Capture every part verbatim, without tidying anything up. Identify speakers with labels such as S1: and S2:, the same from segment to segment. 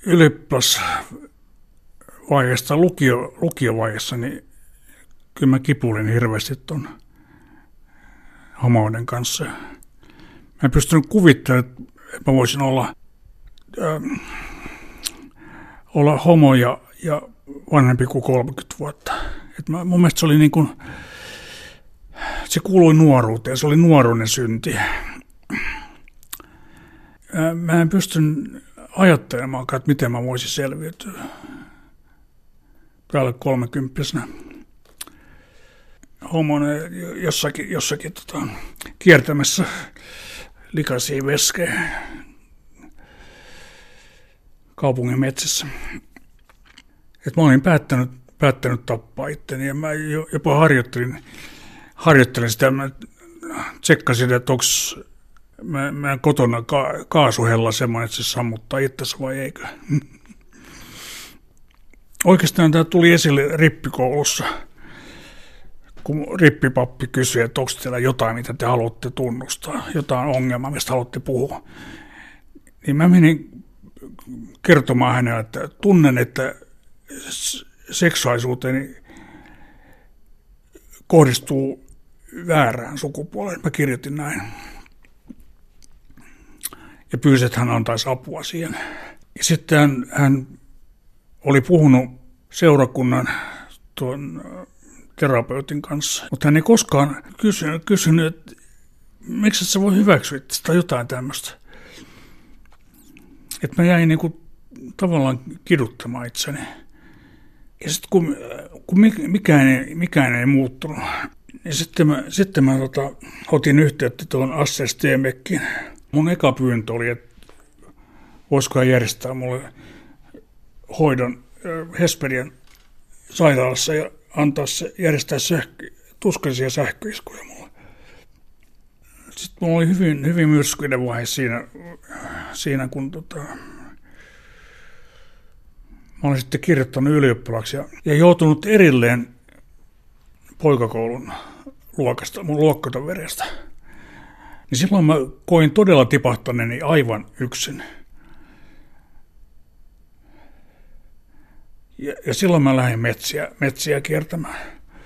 S1: ylioppilasvaiheesta lukio, lukiovaiheessa, niin kyllä mä kipuilin hirveästi ton homouden kanssa. Mä en pystynyt kuvittelemaan, että mä voisin olla, ähm, olla homo ja, ja vanhempi kuin kolmekymmentä vuotta. Et mä, mun mielestä se oli niin kuin, se kuului nuoruuteen, se oli nuoruuden synti. Mä en pystyn ajattelemaan, että miten mä voisin selviytyä täällä kolmekymppisenä homona jossakin, jossakin tota, kiertämässä likaisia veskejä kaupungin metsässä. Et mä olin päättänyt, päättänyt tappaa itteni ja mä jopa harjoittelin, harjoittelin sitä. Mä tsekkasin, että onko mä, mä kotona ka- kaasuhella semmoinen, että se sammuttaa itsensä vai eikö. Oikeastaan tämä tuli esille rippikoulussa, kun rippipappi kysyi, että onko teillä jotain, mitä te haluatte tunnustaa, jotain ongelmaa, mistä haluatte puhua. Niin mä menin kertomaan hänelle, että tunnen, että seksuaalisuuteeni kohdistuu väärään sukupuoleen. Mä kirjoitin näin. Ja pyysin, että hän antaisi apua siihen. Ja sitten hän, hän oli puhunut seurakunnan tuon terapeutin kanssa, mutta hän ei koskaan kysynyt, kysynyt että miksi et sä voi hyväksyä sitä jotain tämmöistä. Että mä jäin niin kuin tavallaan kiduttamaan itseni. Ja sitten kun, kun mikään, ei, mikään ei muuttunut, niin sitten mä, sitten mä tota, otin yhteyttä tuohon Asser Stenbeckiin. Mun eka pyyntö oli, että voisiko hän järjestää mulle hoidon Hesperian sairaalassa ja antaa se, järjestää sähkö, tuskallisia sähköiskuja mulle. Sitten mulla oli hyvin, hyvin myrskyinen vaihe siinä, siinä kun tota, mä olin sitten kirjoittanut ylioppilaaksi ja, ja joutunut erilleen poikakoulun luokasta, mun luokkatovereista. Niin silloin mä koin todella tipahtaneeni aivan yksin. Ja, ja silloin mä lähdin metsiä, metsiä kiertämään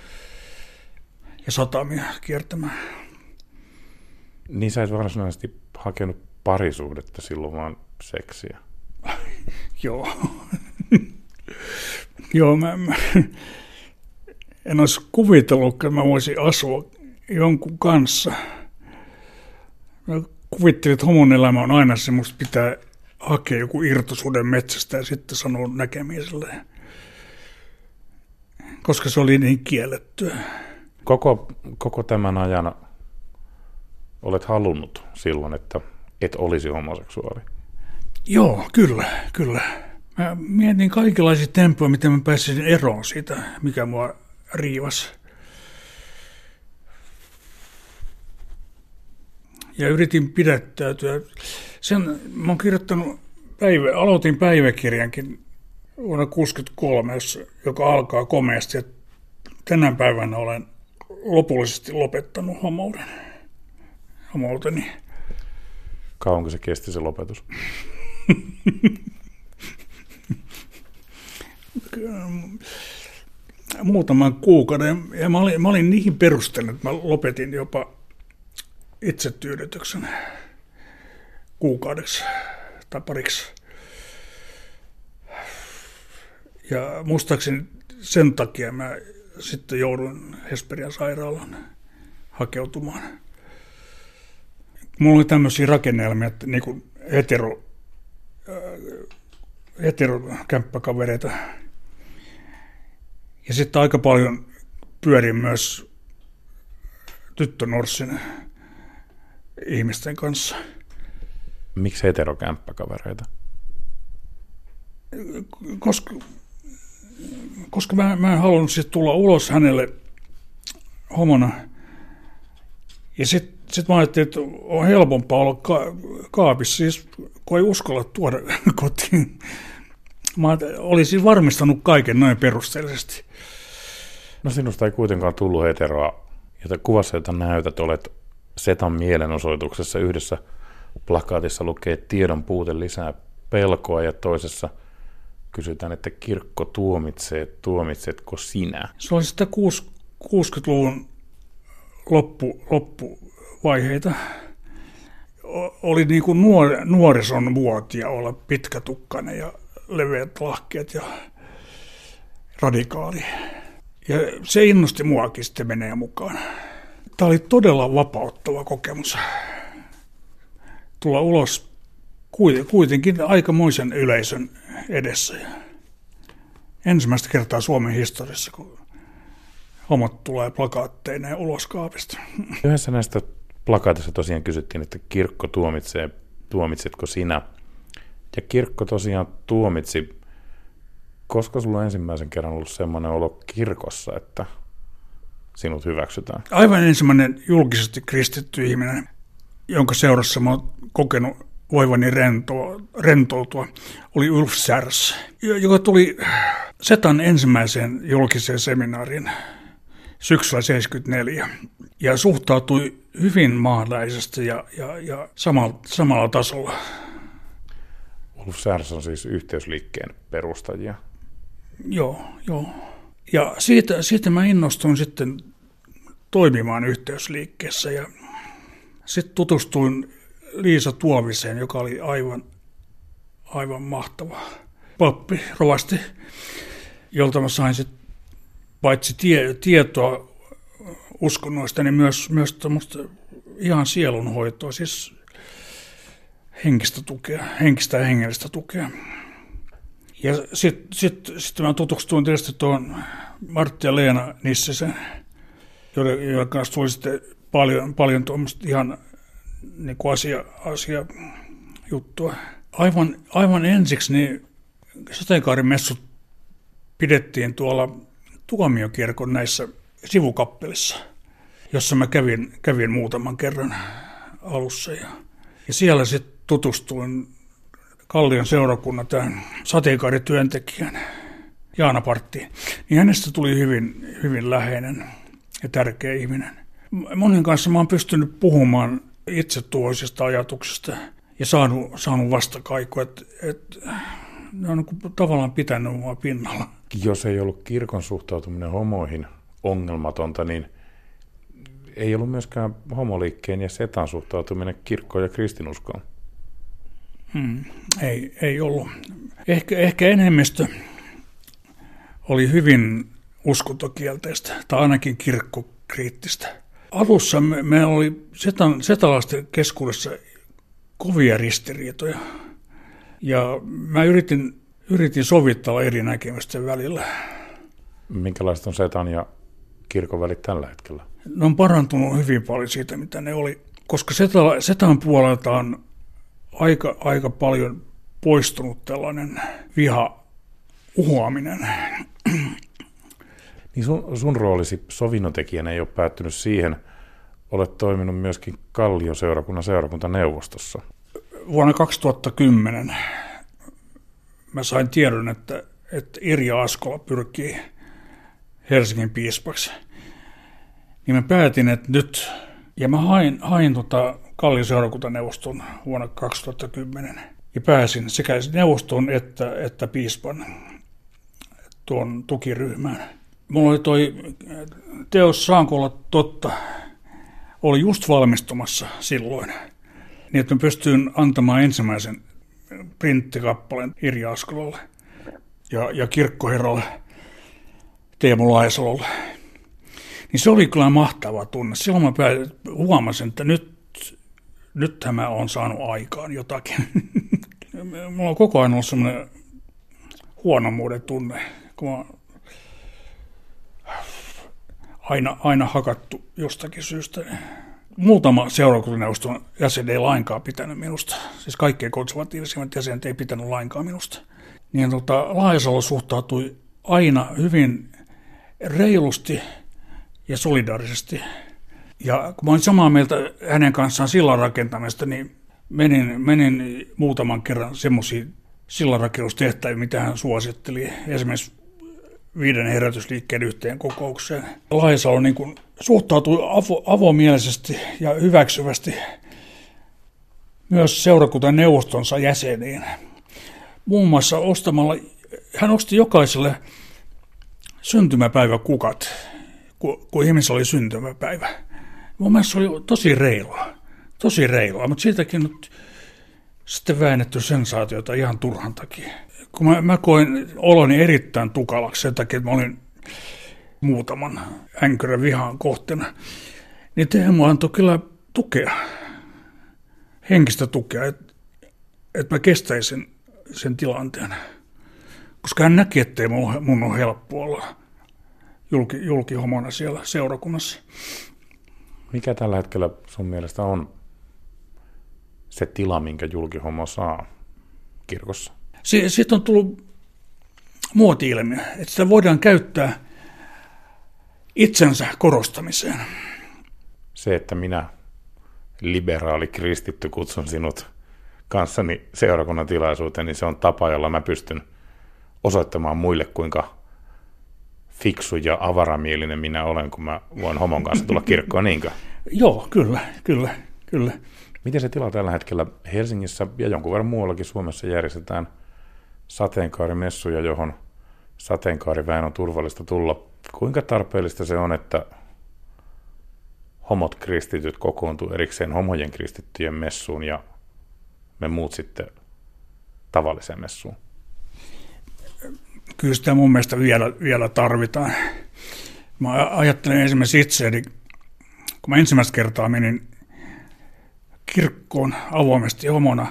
S1: ja satamia kiertämään.
S2: Niin sä et varsinaisesti hakenut parisuhdetta silloin, vaan seksiä.
S1: Joo. Joo, mä, mä en olisi kuvitellut, että mä voisin asua jonkun kanssa. Mä kuvittelin, että homon elämä on aina semmoista, pitää hakea joku irtosuhde metsästä ja sitten sanoa näkemiselleen. Koska se oli niin kiellettyä.
S2: Koko, koko tämän ajan olet halunnut silloin, että et olisi homoseksuaali.
S1: Joo, kyllä, kyllä. Mä mietin kaikenlaisia tempoja, miten mä pääsisin eroon siitä, mikä mua riivasi. Ja yritin pidättäytyä. Sen mä oon kirjoittanut, päivä, aloitin päiväkirjankin vuonna kuusikymmentäkolme, joka alkaa komeasti. Tänä päivänä olen lopullisesti lopettanut homouden. homouteni.
S2: Kauanko se kesti se lopetus?
S1: Muutaman kuukauden. Ja mä olin, mä olin niihin perustellut, että mä lopetin jopa itsetyydytyksen kuukaudeksi tai pariksi. Ja muistaakseni sen takia mä sitten joudun Hesperian sairaalaan hakeutumaan. Mulla oli tämmöisiä rakennelmia, että niin kuin hetero, heterokämppäkavereita. Ja sitten aika paljon pyörin myös tyttönorssin ihmisten kanssa.
S2: Miksi heterokämppäkavereita?
S1: Koska, koska mä, mä en halunnut sitten tulla ulos hänelle homona. Ja sitten sit mä ajattelin, että on helpompaa olla ka- kaapissa, siis kun ei uskalla tuoda kotiin. Mä olisin varmistanut kaiken noin perusteellisesti.
S2: No sinusta ei kuitenkaan tullut heteroa, jota kuvassa, jota näytät, olet Setan mielenosoituksessa. Yhdessä plakaatissa lukee tiedon puute lisää pelkoa ja toisessa kysytään, että kirkko tuomitsee, tuomitsetko sinä?
S1: Se oli sitä kuusikymmentäluvun loppu, loppuvaiheita. Oli niin kuin nuor, nuorison muotia olla pitkätukkainen ja leveät lahkeet ja radikaali. Ja se innosti muakin sitten menee mukaan. Tämä oli todella vapauttava kokemus. Tulla ulos kuitenkin aikamoisen yleisön edessä. Ensimmäistä kertaa Suomen historiassa, kun homot tulee plakaatteineen ulos kaapista.
S2: Yhdessä näistä plakaatissa tosiaan kysyttiin, että kirkko tuomitsee, tuomitsetko sinä? Ja kirkko tosiaan tuomitsi. Koska sulla on ensimmäisen kerran ollut semmoinen olo kirkossa, että sinut hyväksytään?
S1: Aivan ensimmäinen julkisesti kristitty ihminen, jonka seurassa mä oon kokenut voivani rentoa, rentoutua, oli Ulf Särs, joka tuli Setan ensimmäiseen julkiseen seminaariin syksyllä seitsemänkymmentäneljä ja suhtautui hyvin maanläisesti ja, ja, ja samalla, samalla tasolla.
S2: Ulf Särs on siis yhteysliikkeen perustajia.
S1: Joo, joo. Ja siitä, siitä mä innostuin sitten toimimaan yhteysliikkeessä ja sitten tutustuin Liisa Tuoviseen, joka oli aivan, aivan mahtava pappi, rovasti, jolta mä sain sitten paitsi tie, tietoa uskonnoista, niin myös, myös tämmöistä ihan sielunhoitoa, siis henkistä tukea, henkistä ja hengellistä tukea. Ja sitten sit, sit mä tutustuin tietysti tuohon Martti ja Leena Nissisen, joiden, joiden kanssa tuli sitten paljon, paljon tuommoista ihan niin kuin asia, asia juttua. Aivan, aivan ensiksi niin sateenkaarimessut pidettiin tuolla Tuomiokirkon näissä sivukappelissa, jossa mä kävin, kävin muutaman kerran alussa. Ja, ja siellä sitten tutustuin Kallion seurakunnan tämän sateenkaarityöntekijän Jaana Parttiin. Niin hänestä tuli hyvin, hyvin läheinen ja tärkeä ihminen. Monen kanssa mä oon pystynyt puhumaan itsetuhoisista ajatuksista ja saanut, saanut vastakaikua, että et, ne on niin tavallaan pitänyt mua pinnalla.
S2: Jos ei ollut kirkon suhtautuminen homoihin ongelmatonta, niin ei ollut myöskään homoliikkeen ja setan suhtautuminen kirkkoon ja kristinuskoon.
S1: Hmm, ei, ei ollut. Ehkä, ehkä enemmistö oli hyvin uskontokielteistä, tai ainakin kirkkokriittistä. Alussa me, me oli setan, setalaisten keskuudessa kovia ristiriitoja, ja mä yritin, yritin sovittaa eri näkemysten välillä.
S2: Minkälaiset on setan ja kirkon välit tällä hetkellä?
S1: Ne on parantunut hyvin paljon siitä, mitä ne oli, koska seta, setan puolelta on aika, aika paljon poistunut tällainen viha uhoaminen.
S2: Niin sun, sun roolisi sovinnontekijänä ei ole päättynyt siihen. Olet toiminut myöskin Kallion seurakunnan seurakuntaneuvostossa.
S1: Vuonna kaksituhattakymmenen mä sain tiedon, että, että Irja Askola pyrkii Helsingin piispaksi. Niin mä päätin, että nyt, ja mä hain, hain tota Kallion seurakuntaneuvoston vuonna kaksituhattakymmenen. Ja pääsin sekä neuvostoon että, että piispan tuon tukiryhmään. Mulla oli toi teos Saanko olla totta, oli just valmistumassa silloin, niin että mä pystyin antamaan ensimmäisen printtikappaleen Irja Askolalle ja, ja kirkkoherralle Teemu Laisalolle. Niin se oli kyllä mahtava tunne. Silloin mä huomasin, että nyt, nythän mä oon saanut aikaan jotakin. Mulla on koko ajan ollut semmoinen huonommuuden tunne, kun mä aina, aina hakattu jostakin syystä. Muutama seurakuntaneuvoston jäsen ei lainkaan pitänyt minusta. Siis kaikkein konservatiivisimmat jäsenet ei pitänyt lainkaan minusta. Niin tota, Laisalo suhtautui aina hyvin reilusti ja solidaarisesti. Ja kun mä olin samaa mieltä hänen kanssaan sillan rakentamista, niin menin, menin muutaman kerran semmoisiin sillanrakennustehtäviä, mitä hän suositteli. Esimerkiksi viiden herätysliikkeen yhteen kokoukseen. Laisalo niin kuin suhtautui avo, avomielisesti ja hyväksyvästi myös seurakuntaneuvostonsa jäseniin. Muun muassa ostamalla hän osti jokaiselle syntymäpäiväkukat, kun, kun ihmisellä oli syntymäpäivä. Mun mielestä se oli tosi reilua, tosi reilua, mutta siitäkin nyt sitten väännetty sensaatiota ihan turhan takia. Kun mä, mä koin oloni erittäin tukalaksi sen takia, että mä olin muutaman änkyrän vihan kohteena, niin Teemu antoi kyllä tukea, henkistä tukea, että et mä kestäisin sen tilanteen. Koska hän näki, ettei mun, mun ole helppo olla julki, julkihomona siellä seurakunnassa.
S2: Mikä tällä hetkellä sun mielestä on se tila, minkä julkihomo saa kirkossa?
S1: Si- Sitten on tullut muoti-ilmiö, että sitä voidaan käyttää itsensä korostamiseen.
S2: Se, että minä, liberaali kristitty, kutsun sinut kanssani seurakunnan tilaisuuteen, niin se on tapa, jolla mä pystyn osoittamaan muille, kuinka fiksu ja avaramielinen minä olen, kun mä voin homon kanssa tulla kirkkoon, niinkö?
S1: Joo, kyllä, kyllä, kyllä.
S2: Miten se tila tällä hetkellä Helsingissä ja jonkun verran muuallakin Suomessa järjestetään sateenkaarimessuja, johon sateenkaariväen on turvallista tulla? Kuinka tarpeellista se on, että homot kristityt kokoontuu erikseen homojen kristittyjen messuun ja me muut sitten tavalliseen messuun?
S1: Kyllä sitä mun mielestä vielä, vielä tarvitaan. Mä ajattelen esimerkiksi itseäni, kun mä ensimmäistä kertaa menin kirkkoon avoimesti homona,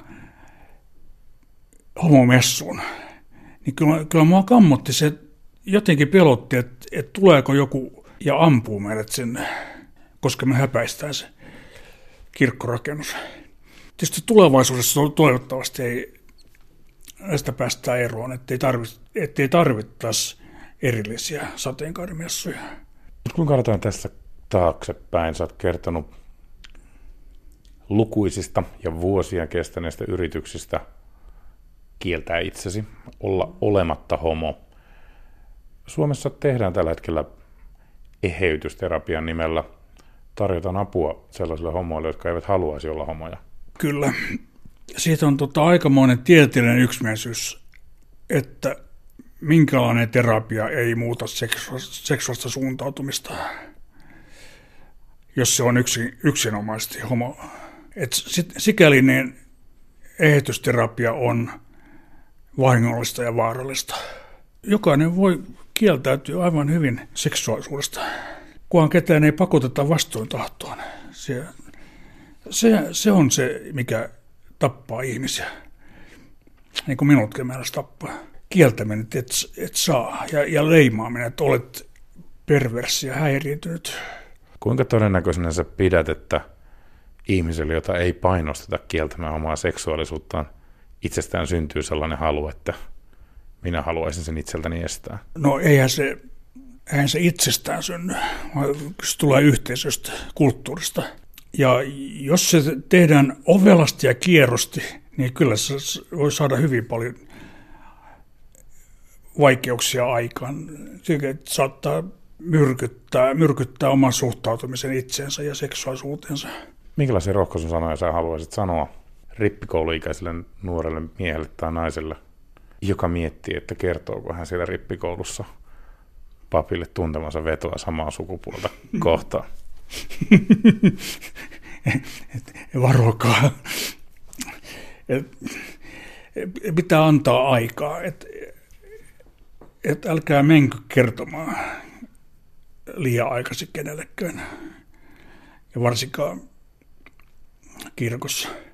S1: homomessuun, niin kyllä, kyllä mua kammotti se, jotenkin pelotti, että, että tuleeko joku ja ampuu meidät sinne, koska me häpäistään se kirkkorakennus. Tietysti tulevaisuudessa toivottavasti ei näistä päästään eroon, ettei, tarvit, ettei tarvittaisi erillisiä sateenkaarimessuja.
S2: Kun katsotaan tässä taaksepäin, sä oot kertonut lukuisista ja vuosia kestäneistä yrityksistä kieltää itsesi, olla olematta homo. Suomessa tehdään tällä hetkellä eheytysterapian nimellä. Tarjotaan apua sellaisille homoille, jotka eivät haluaisi olla homoja.
S1: Kyllä. Siitä on tota aikamoinen tieteellinen yksimielisyys, että minkälainen terapia ei muuta seksu- seksuaalista suuntautumista, jos se on yksi, yksinomaisesti homo. Et sit, sikäli niin eheytysterapia on vahingollista ja vaarallista. Jokainen voi kieltäytyä aivan hyvin seksuaalisuudesta, kunhan ketään ei pakoteta vastoin tahtoon. Se, se, se on se, mikä tappaa ihmisiä, niin kuin minutkin mielestä tappaa. Kieltäminen, että et, et saa, ja, ja leimaaminen, että olet perversi ja häiriintynyt.
S2: Kuinka todennäköisenä sä pidät, että ihmiselle, jota ei painosteta kieltämään omaa seksuaalisuuttaan, itsestään syntyy sellainen halu, että minä haluaisin sen itseltäni estää?
S1: No eihän se, eihän se itsestään synny, vaan se tulee yhteisöstä, kulttuurista. Ja jos se tehdään ovelasti ja kierrosti, niin kyllä se voi saada hyvin paljon vaikeuksia aikaan. Se saattaa myrkyttää, myrkyttää oman suhtautumisen itseensä ja seksuaalisuutensa.
S2: Minkälaisia rohkaisun sanoja sä haluaisit sanoa rippikouluikäiselle nuorelle miehelle tai naiselle, joka miettii, että kertooko hän siellä rippikoulussa papille tuntemansa vetoa samaa sukupuolta kohtaan?
S1: Varokaa. Pitää antaa aikaa, että et älkää menkö kertomaan liian aikaisin kenellekään, ja varsinkaan kirkossa.